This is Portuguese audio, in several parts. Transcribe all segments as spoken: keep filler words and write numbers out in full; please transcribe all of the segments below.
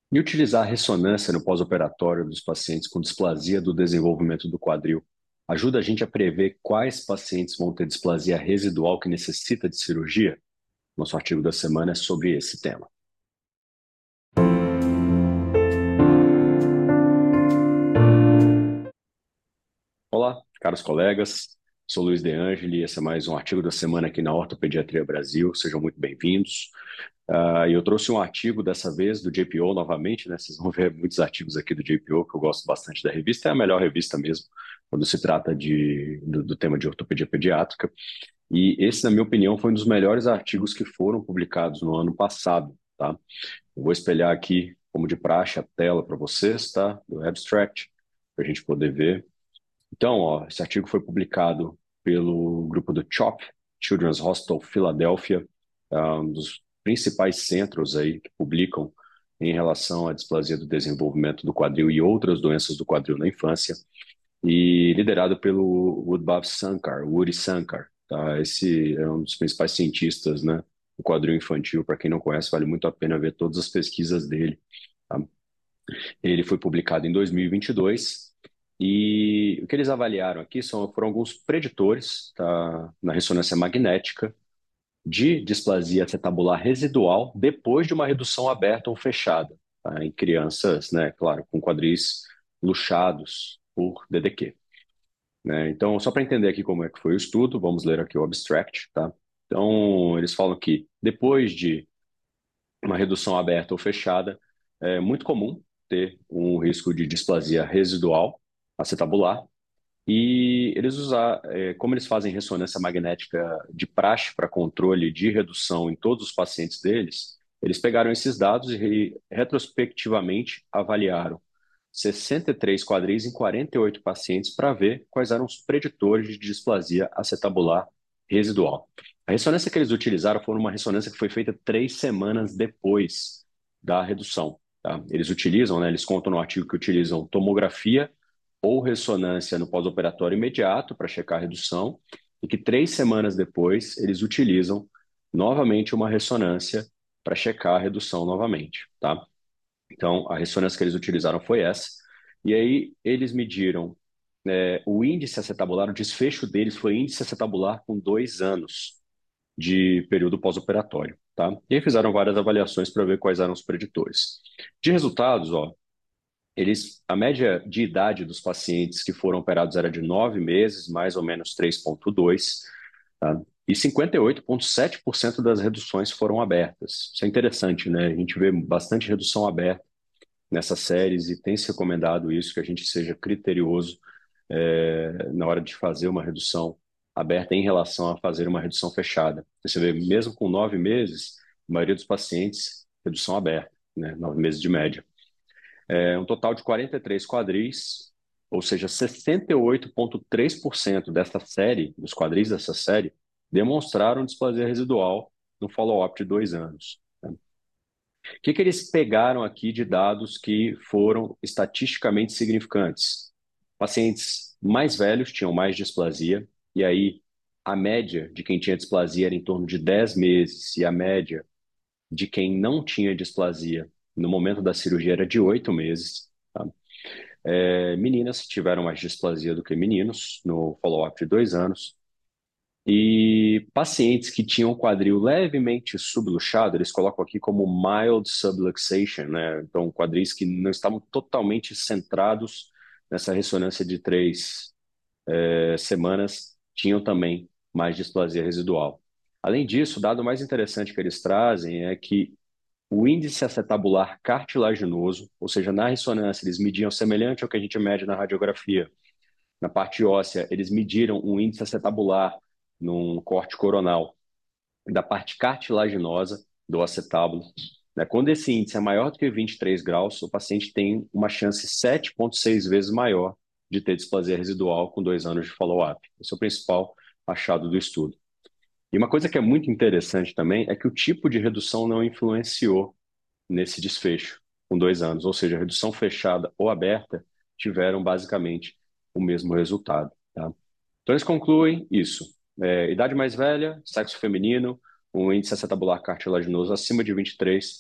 E utilizar a ressonância no pós-operatório dos pacientes com displasia do desenvolvimento do quadril ajuda a gente a prever quais pacientes vão ter displasia residual que necessita de cirurgia? Nosso artigo da semana é sobre esse tema. Olá, caros colegas. Sou Luiz De Angeli e esse é mais um artigo da semana aqui na Ortopediatria Brasil. Sejam muito bem-vindos. Uh, eu trouxe um artigo dessa vez do J P O novamente, né? Vocês vão ver muitos artigos aqui do J P O, que eu gosto bastante da revista. É a melhor revista mesmo, quando se trata de, do, do tema de ortopedia pediátrica. E esse, na minha opinião, foi um dos melhores artigos que foram publicados no ano passado, tá? Eu vou espelhar aqui, como de praxe, a tela para vocês, tá? Do abstract, para a gente poder ver. Então, ó, esse artigo foi publicado pelo grupo do CHOP, Children's Hospital Philadelphia, ah, um dos principais centros aí que publicam em relação à displasia do desenvolvimento do quadril e outras doenças do quadril na infância, e liderado pelo Woodbhav Sankar, Woody Sankar, tá? Esse é um dos principais cientistas, né, do quadril infantil. Para quem não conhece, vale muito a pena ver todas as pesquisas dele, tá? Ele foi publicado em dois mil e vinte e dois e o que eles avaliaram aqui são, foram alguns preditores, tá, na ressonância magnética de displasia acetabular residual depois de uma redução aberta ou fechada, tá, em crianças, né, claro, com quadris luxados por D D Q, né? Então, só para entender aqui como é que foi o estudo, vamos ler aqui o abstract, tá? Então, eles falam que depois de uma redução aberta ou fechada, é muito comum ter um risco de displasia residual acetabular. E eles usar, é, como eles fazem ressonância magnética de praxe para controle de redução em todos os pacientes deles, eles pegaram esses dados e re- retrospectivamente avaliaram sessenta e três quadris em quarenta e oito pacientes para ver quais eram os preditores de displasia acetabular residual. A ressonância que eles utilizaram foi uma ressonância que foi feita três semanas depois da redução, tá? Eles utilizam, né, eles contam no artigo que utilizam tomografia ou ressonância no pós-operatório imediato para checar a redução, e que três semanas depois eles utilizam novamente uma ressonância para checar a redução novamente, tá? Então, a ressonância que eles utilizaram foi essa, e aí eles mediram, é, o índice acetabular, o desfecho deles foi índice acetabular com dois anos de período pós-operatório, tá? E aí fizeram várias avaliações para ver quais eram os preditores. De resultados, ó, eles, a média de idade dos pacientes que foram operados era de nove meses, mais ou menos três vírgula dois, tá? E cinquenta e oito vírgula sete por cento das reduções foram abertas. Isso é interessante, né? A gente vê bastante redução aberta nessas séries e tem se recomendado isso, que a gente seja criterioso é, na hora de fazer uma redução aberta em relação a fazer uma redução fechada. Você vê, mesmo com nove meses, a maioria dos pacientes, redução aberta, né? Nove meses de média. É um total de quarenta e três quadris, ou seja, sessenta e oito vírgula três por cento dessa série, dos quadris dessa série, demonstraram displasia residual no follow-up de dois anos. Né? O que que eles pegaram aqui de dados que foram estatisticamente significantes? Pacientes mais velhos tinham mais displasia, e aí a média de quem tinha displasia era em torno de dez meses, e a média de quem não tinha displasia no momento da cirurgia era de oito meses. Tá? É, meninas tiveram mais displasia do que meninos no follow-up de dois anos. E pacientes que tinham quadril levemente subluxado, eles colocam aqui como mild subluxation, né? Então, quadris que não estavam totalmente centrados nessa ressonância de três eh, semanas, tinham também mais displasia residual. Além disso, o dado mais interessante que eles trazem é que o índice acetabular cartilaginoso, ou seja, na ressonância, eles mediam semelhante ao que a gente mede na radiografia. Na parte óssea, eles mediram um índice acetabular num corte coronal da parte cartilaginosa do acetábulo. Né? Quando esse índice é maior do que vinte e três graus, o paciente tem uma chance sete vírgula seis vezes maior de ter displasia residual com dois anos de follow-up. Esse é o principal achado do estudo. E uma coisa que é muito interessante também é que o tipo de redução não influenciou nesse desfecho com dois anos, ou seja, redução fechada ou aberta tiveram basicamente o mesmo resultado. Tá? Então eles concluem isso: é, idade mais velha, sexo feminino, um índice acetabular cartilaginoso acima de vinte e três,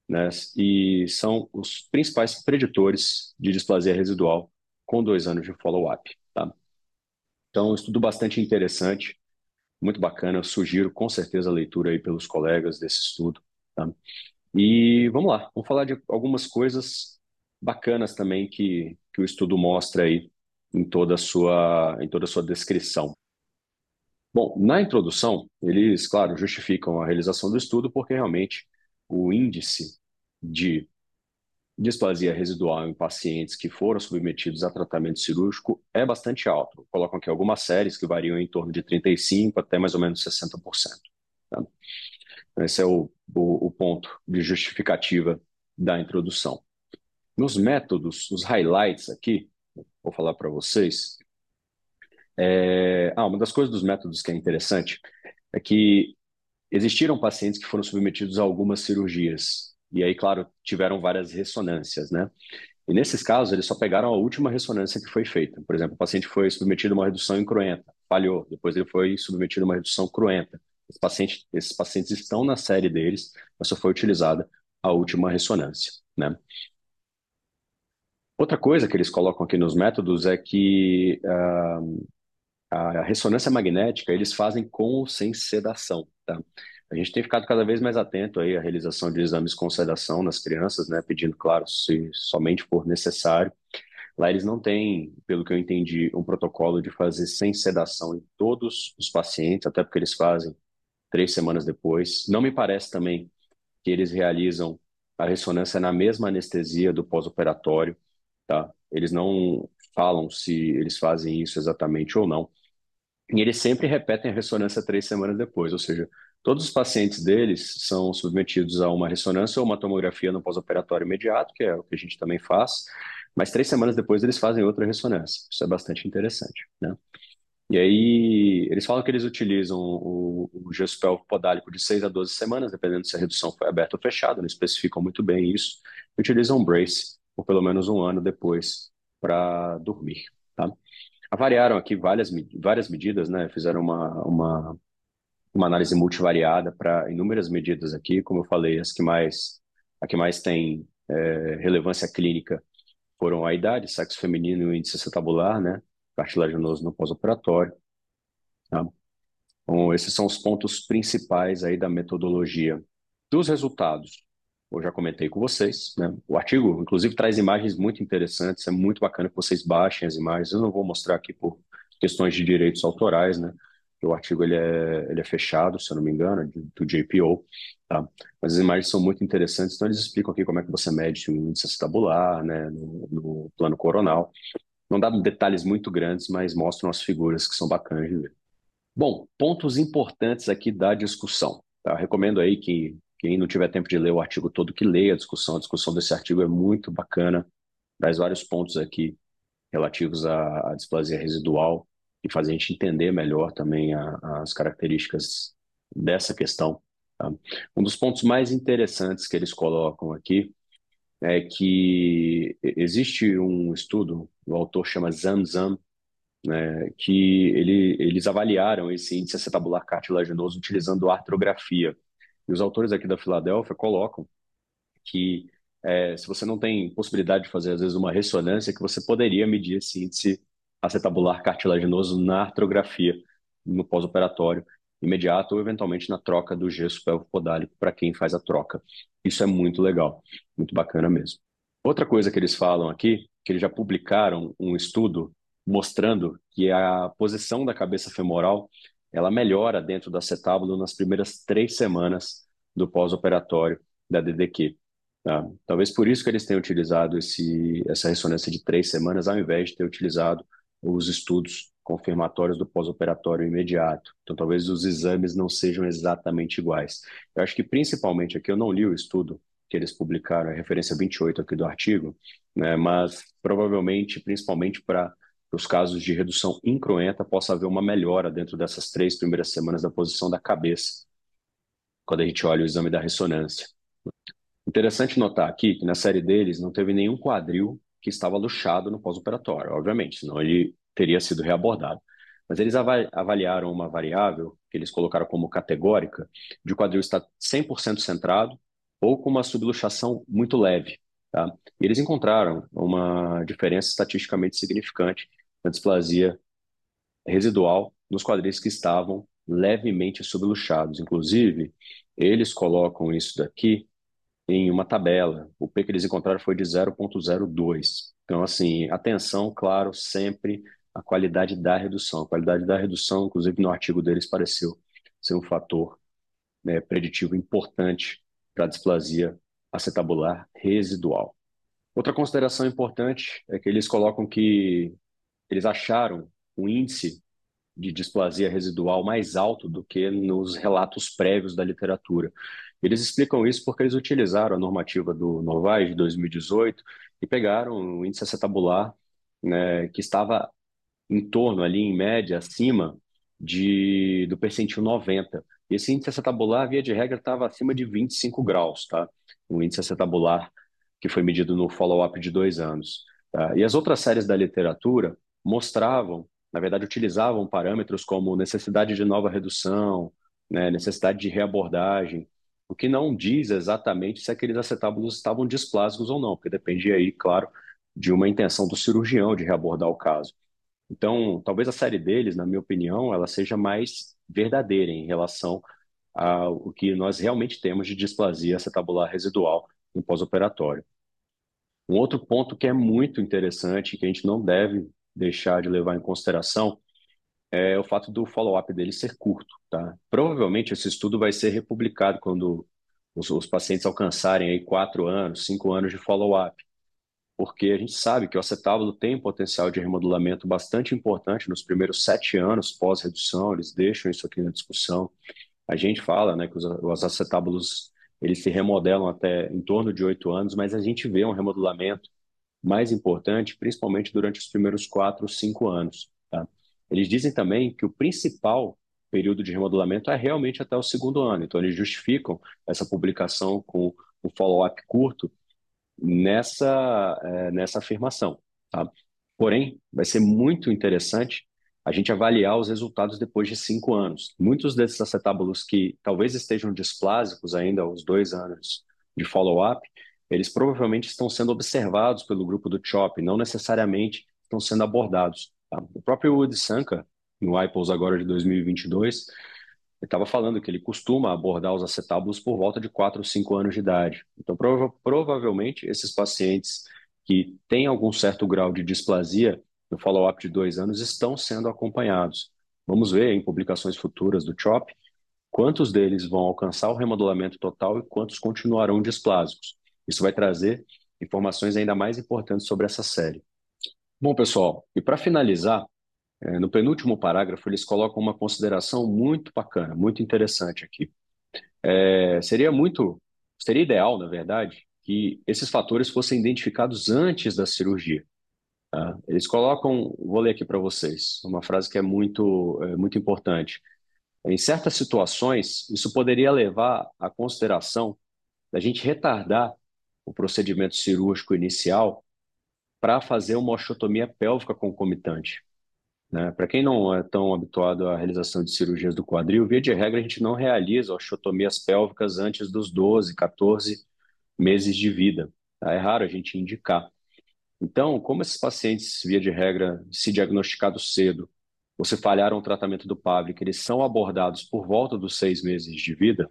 né? E são os principais preditores de displasia residual com dois anos de follow-up, tá? Então, um estudo bastante interessante, muito bacana. Eu sugiro com certeza a leitura aí pelos colegas desse estudo, tá? E vamos lá, vamos falar de algumas coisas bacanas também que, que o estudo mostra aí em toda a sua, em toda a sua descrição. Bom, na introdução, eles, claro, justificam a realização do estudo porque realmente o índice de displasia residual em pacientes que foram submetidos a tratamento cirúrgico é bastante alto. Colocam aqui algumas séries que variam em torno de trinta e cinco por cento até mais ou menos sessenta por cento. Tá? Esse é o, o, o ponto de justificativa da introdução. Nos métodos, os highlights aqui, vou falar para vocês. É... Ah, uma das coisas dos métodos que é interessante é que existiram pacientes que foram submetidos a algumas cirurgias. E aí, claro, tiveram várias ressonâncias, né? E nesses casos, eles só pegaram a última ressonância que foi feita. Por exemplo, o paciente foi submetido a uma redução incruenta, falhou. Depois ele foi submetido a uma redução cruenta. Esse paciente, esses pacientes estão na série deles, mas só foi utilizada a última ressonância, né? Outra coisa que eles colocam aqui nos métodos é que uh, a ressonância magnética eles fazem com ou sem sedação, tá? A gente tem ficado cada vez mais atento aí à realização de exames com sedação nas crianças, né? Pedindo, claro, se somente for necessário. Lá eles não têm, pelo que eu entendi, um protocolo de fazer sem sedação em todos os pacientes, até porque eles fazem três semanas depois. Não me parece também que eles realizam a ressonância na mesma anestesia do pós-operatório, tá? Eles não falam se eles fazem isso exatamente ou não. E eles sempre repetem a ressonância três semanas depois, ou seja, todos os pacientes deles são submetidos a uma ressonância ou uma tomografia no pós-operatório imediato, que é o que a gente também faz, mas três semanas depois eles fazem outra ressonância. Isso é bastante interessante, né? E aí, eles falam que eles utilizam o, o gesso pélvico podálico de seis a doze semanas, dependendo se a redução foi aberta ou fechada, não especificam muito bem isso. E utilizam brace por pelo menos um ano depois para dormir, tá? Avaliaram aqui várias, várias medidas, né? Fizeram uma, uma, uma análise multivariada para inúmeras medidas aqui, como eu falei, as que mais, a que mais tem é, relevância clínica foram a idade, sexo feminino e o índice acetabular, né? Cartilaginoso no pós-operatório, tá? Então, esses são os pontos principais aí da metodologia. Dos resultados, eu já comentei com vocês, né? O artigo, inclusive, traz imagens muito interessantes, é muito bacana que vocês baixem as imagens. Eu não vou mostrar aqui por questões de direitos autorais, né? O artigo ele é, ele é fechado, se eu não me engano, do J P O, tá? Mas as imagens são muito interessantes, então eles explicam aqui como é que você mede o índice acetabular, né? No, no plano coronal. Não dá detalhes muito grandes, mas mostram as figuras que são bacanas de ver. Bom, pontos importantes aqui da discussão, tá? Recomendo aí que quem não tiver tempo de ler o artigo todo, que leia a discussão. A discussão desse artigo é muito bacana, traz vários pontos aqui relativos à, à displasia residual e faz a gente entender melhor também a, as características dessa questão, tá? Um dos pontos mais interessantes que eles colocam aqui é que existe um estudo, o autor chama Zamzam, né, que ele, eles avaliaram esse índice acetabular cartilaginoso utilizando artrografia. E os autores aqui da Filadélfia colocam que é, se você não tem possibilidade de fazer, às vezes, uma ressonância, que você poderia medir esse índice acetabular cartilaginoso na artrografia, no pós-operatório imediato ou, eventualmente, na troca do gesso pélvico-podálico para quem faz a troca. Isso é muito legal, muito bacana mesmo. Outra coisa que eles falam aqui, que eles já publicaram um estudo mostrando que a posição da cabeça femoral ela melhora dentro do acetábulo nas primeiras três semanas do pós-operatório da D D Q. Tá? Talvez por isso que eles tenham utilizado esse, essa ressonância de três semanas, ao invés de ter utilizado os estudos confirmatórios do pós-operatório imediato. Então, talvez os exames não sejam exatamente iguais. Eu acho que, principalmente, aqui eu não li o estudo que eles publicaram, a referência vinte e oito aqui do artigo, né, mas provavelmente, principalmente para os casos de redução incruenta, possa haver uma melhora dentro dessas três primeiras semanas da posição da cabeça, quando a gente olha o exame da ressonância. Interessante notar aqui que na série deles não teve nenhum quadril que estava luxado no pós-operatório, obviamente, senão ele teria sido reabordado. Mas eles avaliaram uma variável que eles colocaram como categórica, de o quadril estar cem por cento centrado ou com uma subluxação muito leve, tá? E eles encontraram uma diferença estatisticamente significante na displasia residual nos quadris que estavam levemente subluxados. Inclusive, eles colocam isso daqui em uma tabela. O P que eles encontraram foi de zero vírgula zero dois. Então, assim, atenção, claro, sempre à qualidade da redução. A qualidade da redução, inclusive no artigo deles, pareceu ser um fator, né, preditivo importante para a displasia acetabular residual. Outra consideração importante é que eles colocam que eles acharam um índice de displasia residual mais alto do que nos relatos prévios da literatura. Eles explicam isso porque eles utilizaram a normativa do Novaes de dois mil e dezoito e pegaram o índice acetabular, né, que estava em torno ali, em média, acima de, do percentil noventa. Esse índice acetabular, via de regra, estava acima de vinte e cinco graus, tá? O índice acetabular que foi medido no follow-up de dois anos. Tá? E as outras séries da literatura mostravam, na verdade, utilizavam parâmetros como necessidade de nova redução, né, necessidade de reabordagem, o que não diz exatamente se aqueles acetábulos estavam displásicos ou não, porque dependia aí, claro, de uma intenção do cirurgião de reabordar o caso. Então, talvez a série deles, na minha opinião, ela seja mais verdadeira em relação ao que nós realmente temos de displasia acetabular residual no pós-operatório. Um outro ponto que é muito interessante, que a gente não deve deixar de levar em consideração, é o fato do follow-up dele ser curto, tá? Provavelmente esse estudo vai ser republicado quando os, os pacientes alcançarem aí quatro anos, cinco anos de follow-up, porque a gente sabe que o acetábulo tem um potencial de remodelamento bastante importante nos primeiros sete anos pós-redução, eles deixam isso aqui na discussão. A gente fala, né, que os, os acetábulos eles se remodelam até em torno de oito anos, mas a gente vê um remodelamento mais importante, principalmente durante os primeiros quatro, cinco anos. Tá? Eles dizem também que o principal período de remodelamento é realmente até o segundo ano, então eles justificam essa publicação com um follow-up curto nessa, é, nessa afirmação. Tá? Porém, vai ser muito interessante a gente avaliar os resultados depois de cinco anos. Muitos desses acetábulos que talvez estejam displásicos ainda aos dois anos de follow-up, eles provavelmente estão sendo observados pelo grupo do CHOP, não necessariamente estão sendo abordados. Tá? O próprio Wood Sanka, no I P O S agora de dois mil e vinte e dois, ele estava falando que ele costuma abordar os acetábulos por volta de quatro ou cinco anos de idade. Então, prova provavelmente, esses pacientes que têm algum certo grau de displasia no follow-up de dois anos estão sendo acompanhados. Vamos ver em publicações futuras do CHOP quantos deles vão alcançar o remodelamento total e quantos continuarão displásicos. Isso vai trazer informações ainda mais importantes sobre essa série. Bom, pessoal, e para finalizar, é, no penúltimo parágrafo, eles colocam uma consideração muito bacana, muito interessante aqui. É, seria muito, seria ideal, na verdade, que esses fatores fossem identificados antes da cirurgia. Tá? Eles colocam, vou ler aqui para vocês, uma frase que é muito, é, muito importante. Em certas situações, isso poderia levar à consideração da gente retardar o procedimento cirúrgico inicial para fazer uma osteotomia pélvica concomitante. Né? Para quem não é tão habituado à realização de cirurgias do quadril, via de regra, a gente não realiza osteotomias pélvicas antes dos doze, quatorze meses de vida. Tá? É raro a gente indicar. Então, como esses pacientes, via de regra, se diagnosticados cedo, ou se falharam o tratamento do P A V, que eles são abordados por volta dos seis meses de vida,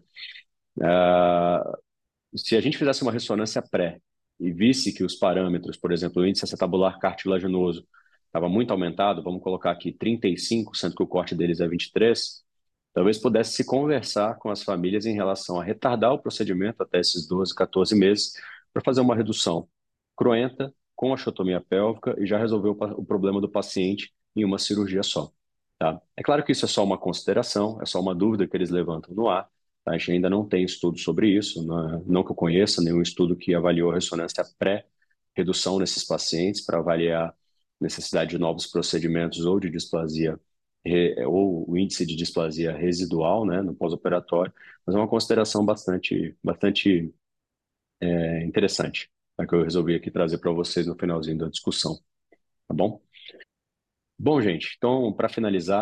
uh, se a gente fizesse uma ressonância pré e visse que os parâmetros, por exemplo, o índice acetabular cartilaginoso estava muito aumentado, vamos colocar aqui trinta e cinco, sendo que o corte deles é vinte e três, talvez pudesse se conversar com as famílias em relação a retardar o procedimento até esses doze, quatorze meses para fazer uma redução cruenta com a osteotomia pélvica e já resolver o, pa- o problema do paciente em uma cirurgia só. Tá? É claro que isso é só uma consideração, é só uma dúvida que eles levantam no ar. Tá? A gente ainda não tem estudo sobre isso, não, não que eu conheça, nenhum estudo que avaliou a ressonância pré-redução nesses pacientes para avaliar necessidade de novos procedimentos ou de displasia re- ou o índice de displasia residual, né, no pós-operatório, mas é uma consideração bastante, bastante é, interessante, tá, que eu resolvi aqui trazer para vocês no finalzinho da discussão, tá bom? Bom, gente, então, para finalizar,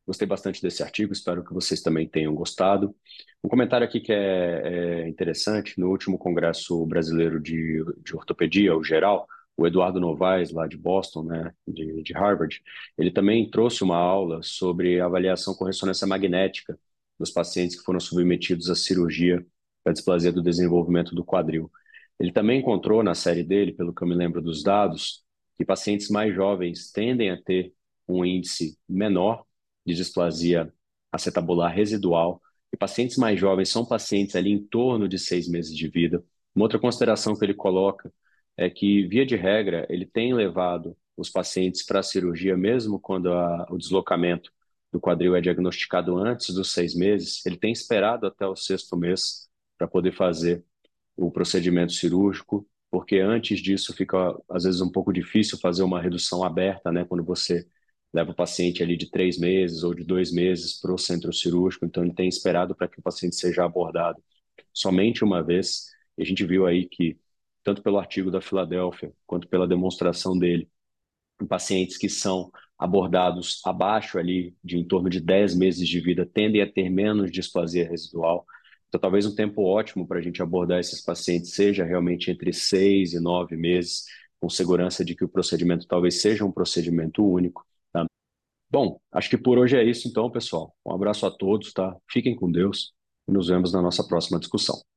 Gostei bastante desse artigo, espero que vocês também tenham gostado. Um comentário aqui que é, é interessante: no último Congresso Brasileiro de, de Ortopedia, o geral, o Eduardo Novaes, lá de Boston, né, de, de Harvard, ele também trouxe uma aula sobre avaliação com ressonância magnética dos pacientes que foram submetidos à cirurgia para displasia do desenvolvimento do quadril. Ele também encontrou na série dele, pelo que eu me lembro dos dados, que pacientes mais jovens tendem a ter um índice menor de displasia acetabular residual, e pacientes mais jovens são pacientes ali em torno de seis meses de vida. Uma outra consideração que ele coloca é que, via de regra, ele tem levado os pacientes para a cirurgia, mesmo quando a, o deslocamento do quadril é diagnosticado antes dos seis meses, ele tem esperado até o sexto mês para poder fazer o procedimento cirúrgico, porque antes disso fica, às vezes, um pouco difícil fazer uma redução aberta, né? Quando você leva o paciente ali de três meses ou de dois meses para o centro cirúrgico, então ele tem esperado para que o paciente seja abordado somente uma vez. E a gente viu aí que, tanto pelo artigo da Filadélfia, quanto pela demonstração dele, em pacientes que são abordados abaixo ali de em torno de dez meses de vida tendem a ter menos displasia residual. Então, talvez um tempo ótimo para a gente abordar esses pacientes seja realmente entre seis e nove meses, com segurança de que o procedimento talvez seja um procedimento único, tá? Bom, acho que por hoje é isso então, pessoal. Um abraço a todos, tá? Fiquem com Deus e nos vemos na nossa próxima discussão.